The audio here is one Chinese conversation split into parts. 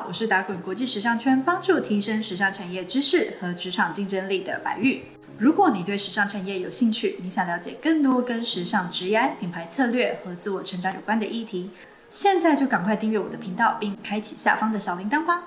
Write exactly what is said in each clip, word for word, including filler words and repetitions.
我是打滚国际时尚圈，帮助提升时尚产业知识和职场竞争力的白玉。如果你对时尚产业有兴趣，你想了解更多跟时尚职业、品牌策略和自我成长有关的议题，现在就赶快订阅我的频道，并开启下方的小铃铛吧。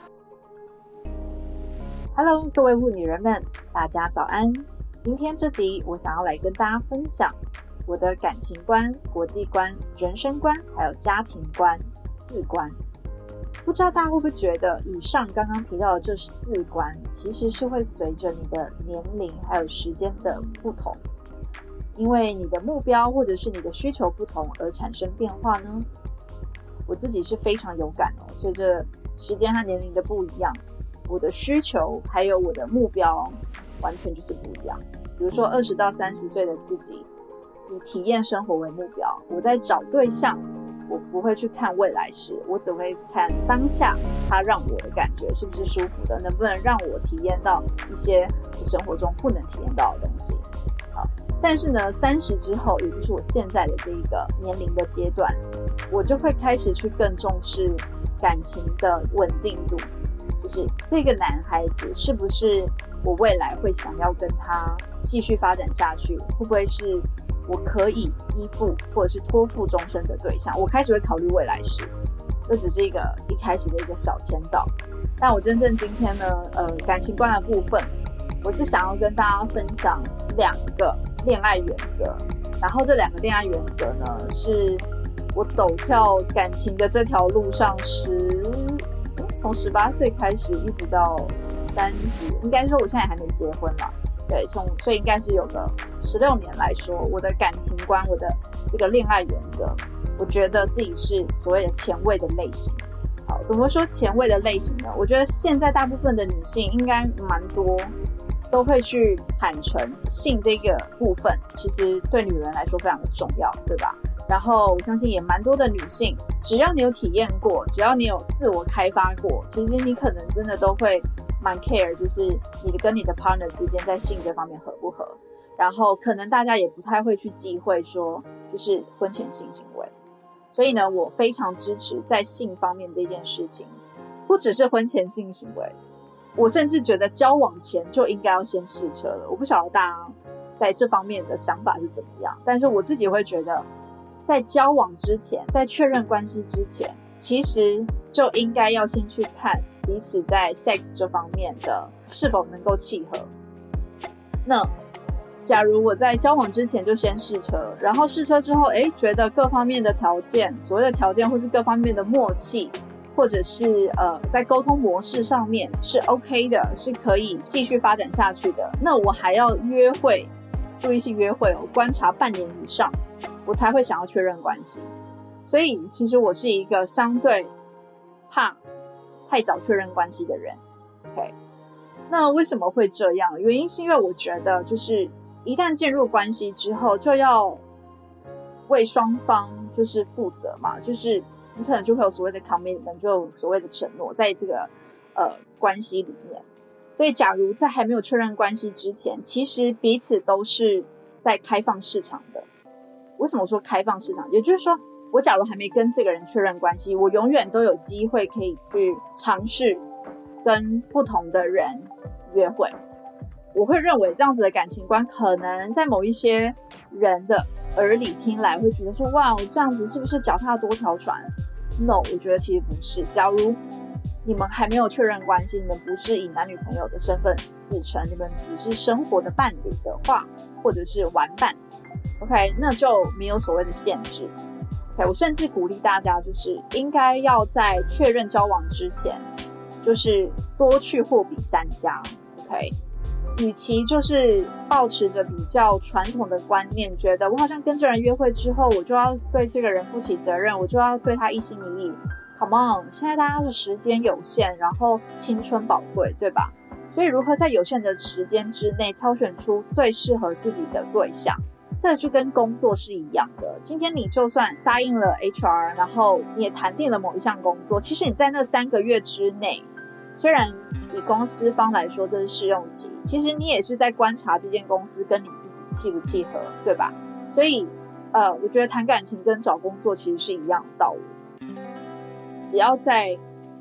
Hello， 各位妇女人们，大家早安。今天这集我想要来跟大家分享我的感情观、国际观、人生观，还有家庭观四观。不知道大家会不会觉得以上刚刚提到的这四观其实是会随着你的年龄还有时间的不同，因为你的目标或者是你的需求不同而产生变化呢？我自己是非常有感哦，随着时间和年龄的不一样，我的需求还有我的目标完全就是不一样。比如说二十到三十岁的自己以体验生活为目标，我在找对象我不会去看未来式，我只会看当下它让我的感觉是不是舒服的，能不能让我体验到一些我生活中不能体验到的东西。好，但是呢三十之后，也就是我现在的这一个年龄的阶段，我就会开始去更重视感情的稳定度，就是这个男孩子是不是我未来会想要跟他继续发展下去，会不会是我可以依附或者是托付终身的对象。我开始会考虑未来式，这只是一个一开始的一个小签到。但我真正今天呢呃，感情观的部分，我是想要跟大家分享两个恋爱原则。然后这两个恋爱原则呢，是我走跳感情的这条路上十从十八岁开始一直到三十，应该说我现在还没结婚啦，对，从所以应该是有个十六年来说，我的感情观，我的这个恋爱原则，我觉得自己是所谓的前卫的类型。好，怎么说前卫的类型呢？我觉得现在大部分的女性应该蛮多都会去坦诚性这个部分，其实对女人来说非常的重要，对吧？然后我相信也蛮多的女性，只要你有体验过，只要你有自我开发过，其实你可能真的都会蛮 care， 就是你跟你的 partner 之间在性这方面合不合，然后可能大家也不太会去忌讳说就是婚前性行为。所以呢，我非常支持在性方面这件事情，不只是婚前性行为，我甚至觉得交往前就应该要先试车了。我不晓得大家在这方面的想法是怎么样，但是我自己会觉得在交往之前，在确认关系之前，其实就应该要先去看彼此在 sex 这方面的是否能够契合。那假如我在交往之前就先试车，然后试车之后诶觉得各方面的条件，所谓的条件或是各方面的默契，或者是呃在沟通模式上面是 OK 的，是可以继续发展下去的，那我还要约会，注意是约会哦，观察半年以上我才会想要确认关系。所以其实我是一个相对怕太早确认关系的人。 OK， 那为什么会这样？原因是因为我觉得就是一旦进入关系之后，就要为双方就是负责嘛，就是你可能就会有所谓的 commitment， 就有所谓的承诺在这个呃关系里面。所以假如在还没有确认关系之前，其实彼此都是在开放市场的。为什么说开放市场？也就是说，我假如还没跟这个人确认关系，我永远都有机会可以去尝试跟不同的人约会。我会认为这样子的感情观可能在某一些人的耳里听来会觉得说，哇，这样子是不是脚踏多条船？ No， 我觉得其实不是。假如你们还没有确认关系，你们不是以男女朋友的身份自称，你们只是生活的伴侣的话，或者是玩伴， OK， 那就没有所谓的限制。 OK， 我甚至鼓励大家就是应该要在确认交往之前，就是多去货比三家。 OK， 与其就是抱持着比较传统的观念，觉得我好像跟这人约会之后，我就要对这个人负起责任，我就要对他一心一意。 Come on， 现在大家是时间有限，然后青春宝贵，对吧？所以如何在有限的时间之内挑选出最适合自己的对象，这就跟工作是一样的。今天你就算答应了 H R， 然后你也谈定了某一项工作，其实你在那三个月之内，虽然以公司方来说这是试用期，其实你也是在观察这间公司跟你自己契不契合，对吧？所以呃，我觉得谈感情跟找工作其实是一样的道理。只要在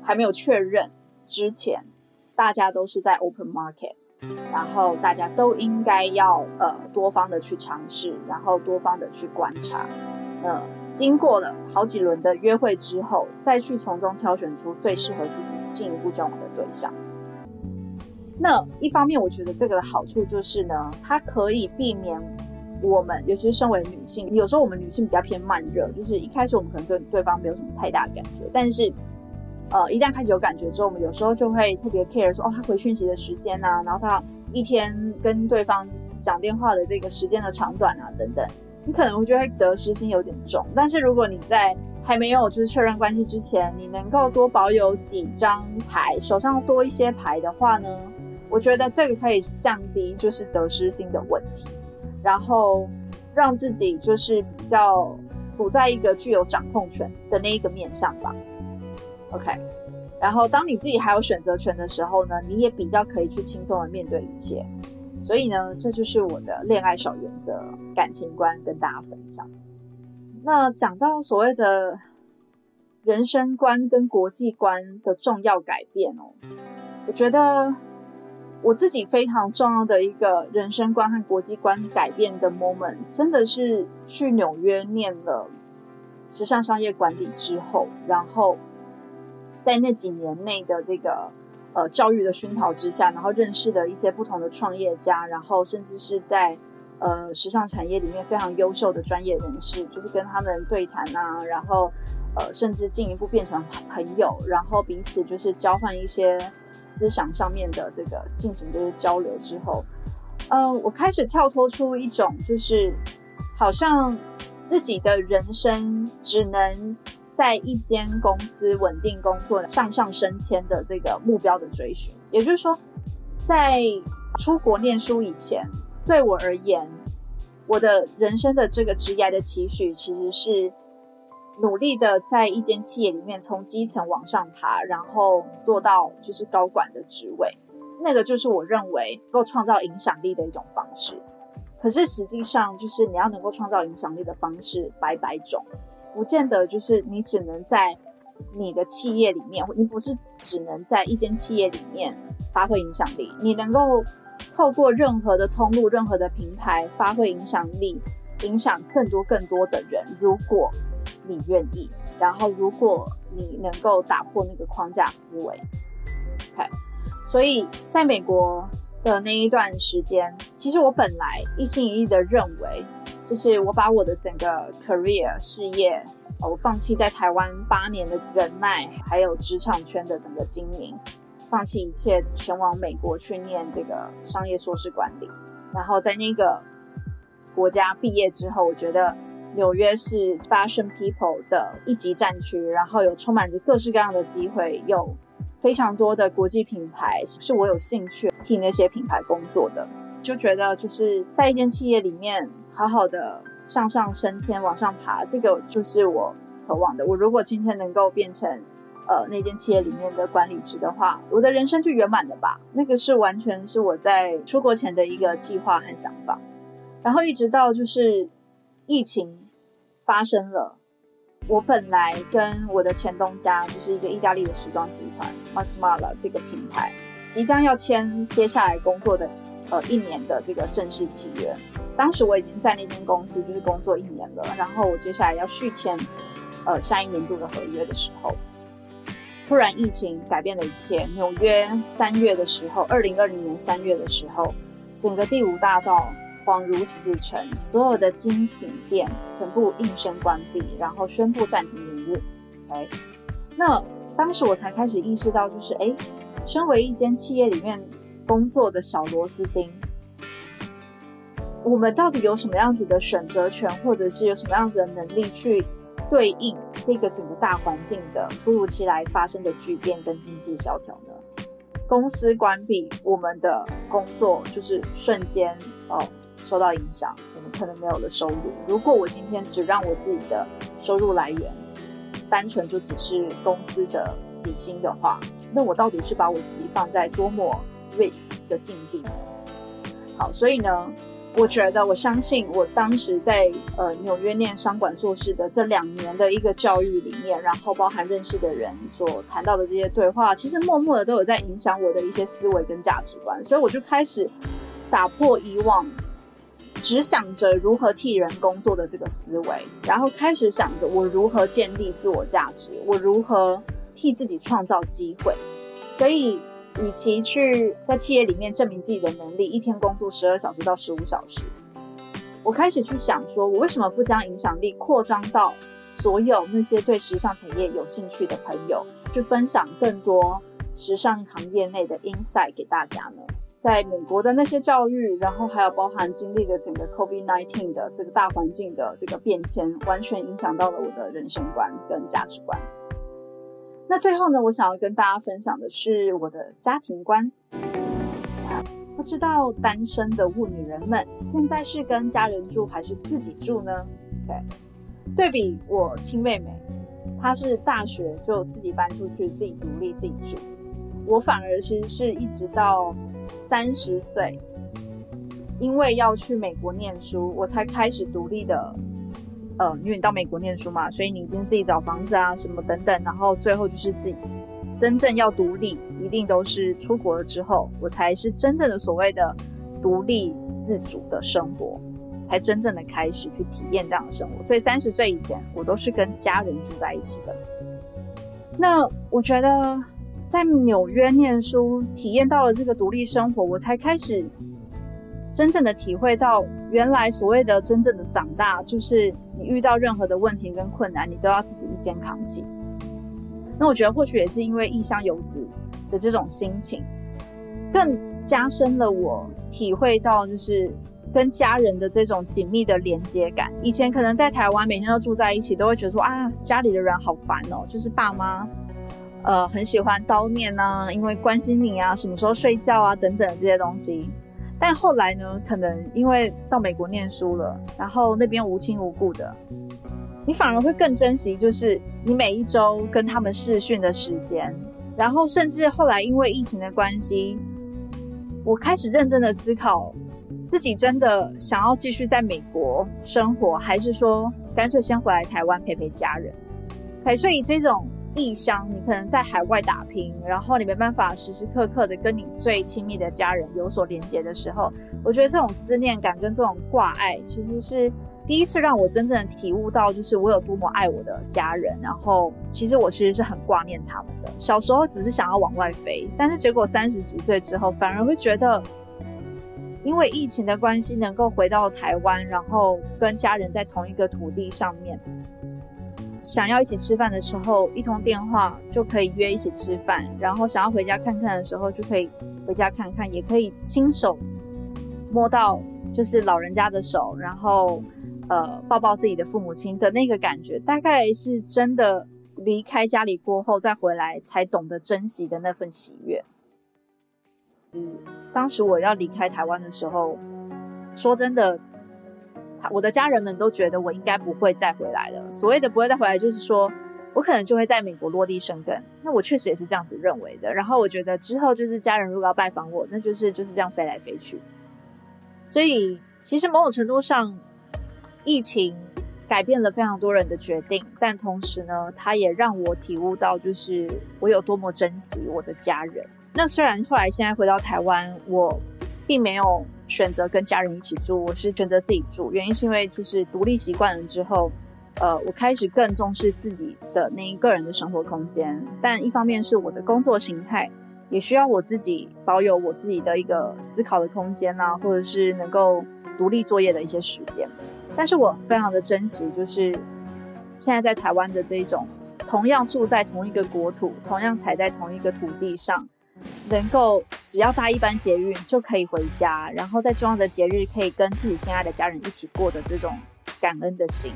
还没有确认之前，大家都是在 open market， 然后大家都应该要呃多方的去尝试，然后多方的去观察。呃，经过了好几轮的约会之后，再去从中挑选出最适合自己进一步交往的对象。那一方面我觉得这个的好处就是呢，它可以避免我们，尤其是身为女性，有时候我们女性比较偏慢热，就是一开始我们可能对对方没有什么太大的感觉，但是呃，一旦开始有感觉之后，我们有时候就会特别 care 说，哦，他回讯息的时间啊，然后他一天跟对方讲电话的这个时间的长短啊等等，你可能就会得失心有点重。但是如果你在还没有就是确认关系之前，你能够多保有几张牌，手上多一些牌的话呢，我觉得这个可以降低就是得失心的问题，然后让自己就是比较处在一个具有掌控权的那一个面向吧。OK， 然后当你自己还有选择权的时候呢，你也比较可以去轻松的面对一切。所以呢，这就是我的恋爱小原则、感情观跟大家分享。那讲到所谓的人生观跟国际观的重要改变哦，我觉得我自己非常重要的一个人生观和国际观改变的 moment， 真的是去纽约念了时尚商业管理之后，然后在那几年内的这个呃教育的熏陶之下，然后认识了一些不同的创业家，然后甚至是在呃时尚产业里面非常优秀的专业人士，就是跟他们对谈啊，然后呃甚至进一步变成朋友，然后彼此就是交换一些思想上面的这个进行这些交流之后，呃我开始跳脱出一种就是好像自己的人生只能在一间公司稳定工作向上升迁的这个目标的追寻。也就是说，在出国念书以前，对我而言，我的人生的这个职业的期许其实是努力的在一间企业里面从基层往上爬，然后做到就是高管的职位，那个就是我认为能够创造影响力的一种方式。可是实际上就是你要能够创造影响力的方式百百种，不见得就是你只能在你的企业里面，你不是只能在一间企业里面发挥影响力，你能够透过任何的通路、任何的平台发挥影响力，影响更多更多的人，如果你愿意，然后如果你能够打破那个框架思维。 OK， 所以在美国的那一段时间，其实我本来一心一意的认为，就是我把我的整个 career 事业，我放弃在台湾八年的人脉，还有职场圈的整个经营，放弃一切，前往美国去念这个商业硕士管理。然后在那个国家毕业之后，我觉得纽约是 fashion people 的一级战区，然后有充满着各式各样的机会，有非常多的国际品牌，是我有兴趣替那些品牌工作的。就觉得就是在一间企业里面好好的上上升迁往上爬，这个就是我渴望的。我如果今天能够变成呃那间企业里面的管理职的话，我的人生就圆满了吧。那个是完全是我在出国前的一个计划和想法。然后一直到就是疫情发生了，我本来跟我的前东家，就是一个意大利的时装集团 Max Mara 这个品牌，即将要签接下来工作的呃一年的这个正式契约。当时我已经在那间公司就是工作一年了，然后我接下来要续签呃下一年度的合约的时候，突然疫情改变了一切。纽约三月的时候，二零二零年三月的时候，整个第五大道恍如死城，所有的精品店全部应声关闭，然后宣布暂停营运。OK， 那当时我才开始意识到，就是哎，身为一间企业里面工作的小螺丝钉，我们到底有什么样子的选择权，或者是有什么样子的能力去对应这个整个大环境的突如其来发生的巨变跟经济萧条呢？公司关闭，我们的工作就是瞬间哦受到影响，我们可能没有了收入。如果我今天只让我自己的收入来源单纯就只是公司的给薪的话，那我到底是把我自己放在多么 risk 的境地？好，所以呢我觉得我相信我当时在呃纽约念商管硕士的这两年的一个教育里面，然后包含认识的人所谈到的这些对话，其实默默的都有在影响我的一些思维跟价值观，所以我就开始打破以往只想着如何替人工作的这个思维，然后开始想着我如何建立自我价值，我如何替自己创造机会。所以与其去在企业里面证明自己的能力，一天工作十二小时到十五小时，我开始去想说，我为什么不将影响力扩张到所有那些对时尚产业有兴趣的朋友，去分享更多时尚行业内的 insight 给大家呢？在美国的那些教育，然后还有包含经历了整个 COVID 十九 的这个大环境的这个变迁，完全影响到了我的人生观跟价值观。那最后呢，我想要跟大家分享的是我的家庭观。不知道单身的雾女人们现在是跟家人住还是自己住呢？ okay. 对比我亲妹妹，她是大学就自己搬出去，自己独立自己住，我反而是是一直到三十岁，因为要去美国念书，我才开始独立的呃，因为你到美国念书嘛，所以你一定自己找房子啊什么等等，然后最后就是自己真正要独立，一定都是出国了之后，我才是真正的所谓的独立自主的生活，才真正的开始去体验这样的生活。所以三十岁以前，我都是跟家人住在一起的。那我觉得在纽约念书，体验到了这个独立生活，我才开始真正的体会到，原来所谓的真正的长大，就是你遇到任何的问题跟困难，你都要自己一肩扛起。那我觉得或许也是因为异乡游子的这种心情，更加深了我体会到就是跟家人的这种紧密的连接感。以前可能在台湾每天都住在一起，都会觉得说啊，家里的人好烦哦，就是爸妈呃很喜欢叨念啊，因为关心你啊，什么时候睡觉啊等等这些东西。但后来呢，可能因为到美国念书了，然后那边无亲无故的，你反而会更珍惜就是你每一周跟他们视讯的时间。然后甚至后来因为疫情的关系，我开始认真的思考自己真的想要继续在美国生活，还是说干脆先回来台湾陪陪家人。okay, 所以这种异乡，你可能在海外打拼，然后你没办法时时刻刻的跟你最亲密的家人有所连结的时候，我觉得这种思念感跟这种挂爱，其实是第一次让我真正的体悟到，就是我有多么爱我的家人，然后其实我其实是很挂念他们的。小时候只是想要往外飞，但是结果三十几岁之后，反而会觉得因为疫情的关系能够回到台湾，然后跟家人在同一个土地上面，想要一起吃饭的时候一通电话就可以约一起吃饭，然后想要回家看看的时候就可以回家看看，也可以亲手摸到就是老人家的手，然后呃抱抱自己的父母亲的那个感觉，大概是真的离开家里过后再回来才懂得珍惜的那份喜悦。嗯，当时我要离开台湾的时候，说真的，我的家人们都觉得我应该不会再回来了。所谓的不会再回来，就是说我可能就会在美国落地生根。那我确实也是这样子认为的。然后我觉得之后就是家人如果要拜访我，那就是就是这样飞来飞去。所以其实某种程度上，疫情改变了非常多人的决定，但同时呢，它也让我体悟到，就是我有多么珍惜我的家人。那虽然后来现在回到台湾，我并没有选择跟家人一起住，我是选择自己住，原因是因为就是独立习惯了之后，呃，我开始更重视自己的那一个人的生活空间。但一方面是我的工作形态也需要我自己保有我自己的一个思考的空间啊，或者是能够独立作业的一些时间。但是我非常的珍惜，就是现在在台湾的这种同样住在同一个国土，同样踩在同一个土地上，能够只要搭一班捷运就可以回家，然后在重要的节日可以跟自己心爱的家人一起过的这种感恩的心。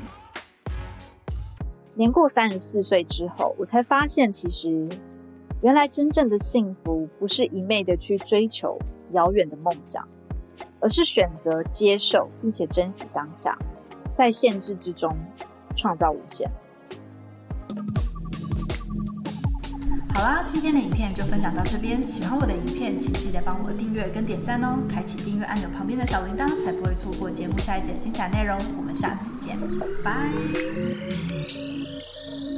年过三十四岁之后，我才发现其实原来真正的幸福不是一昧的去追求遥远的梦想，而是选择接受并且珍惜当下，在限制之中创造无限。 好啦，今天的影片就分享到这边。喜欢我的影片，请记得帮我订阅跟点赞哦，开启订阅按钮旁边的小铃铛，才不会错过节目下一节精彩内容。我们下次见，拜。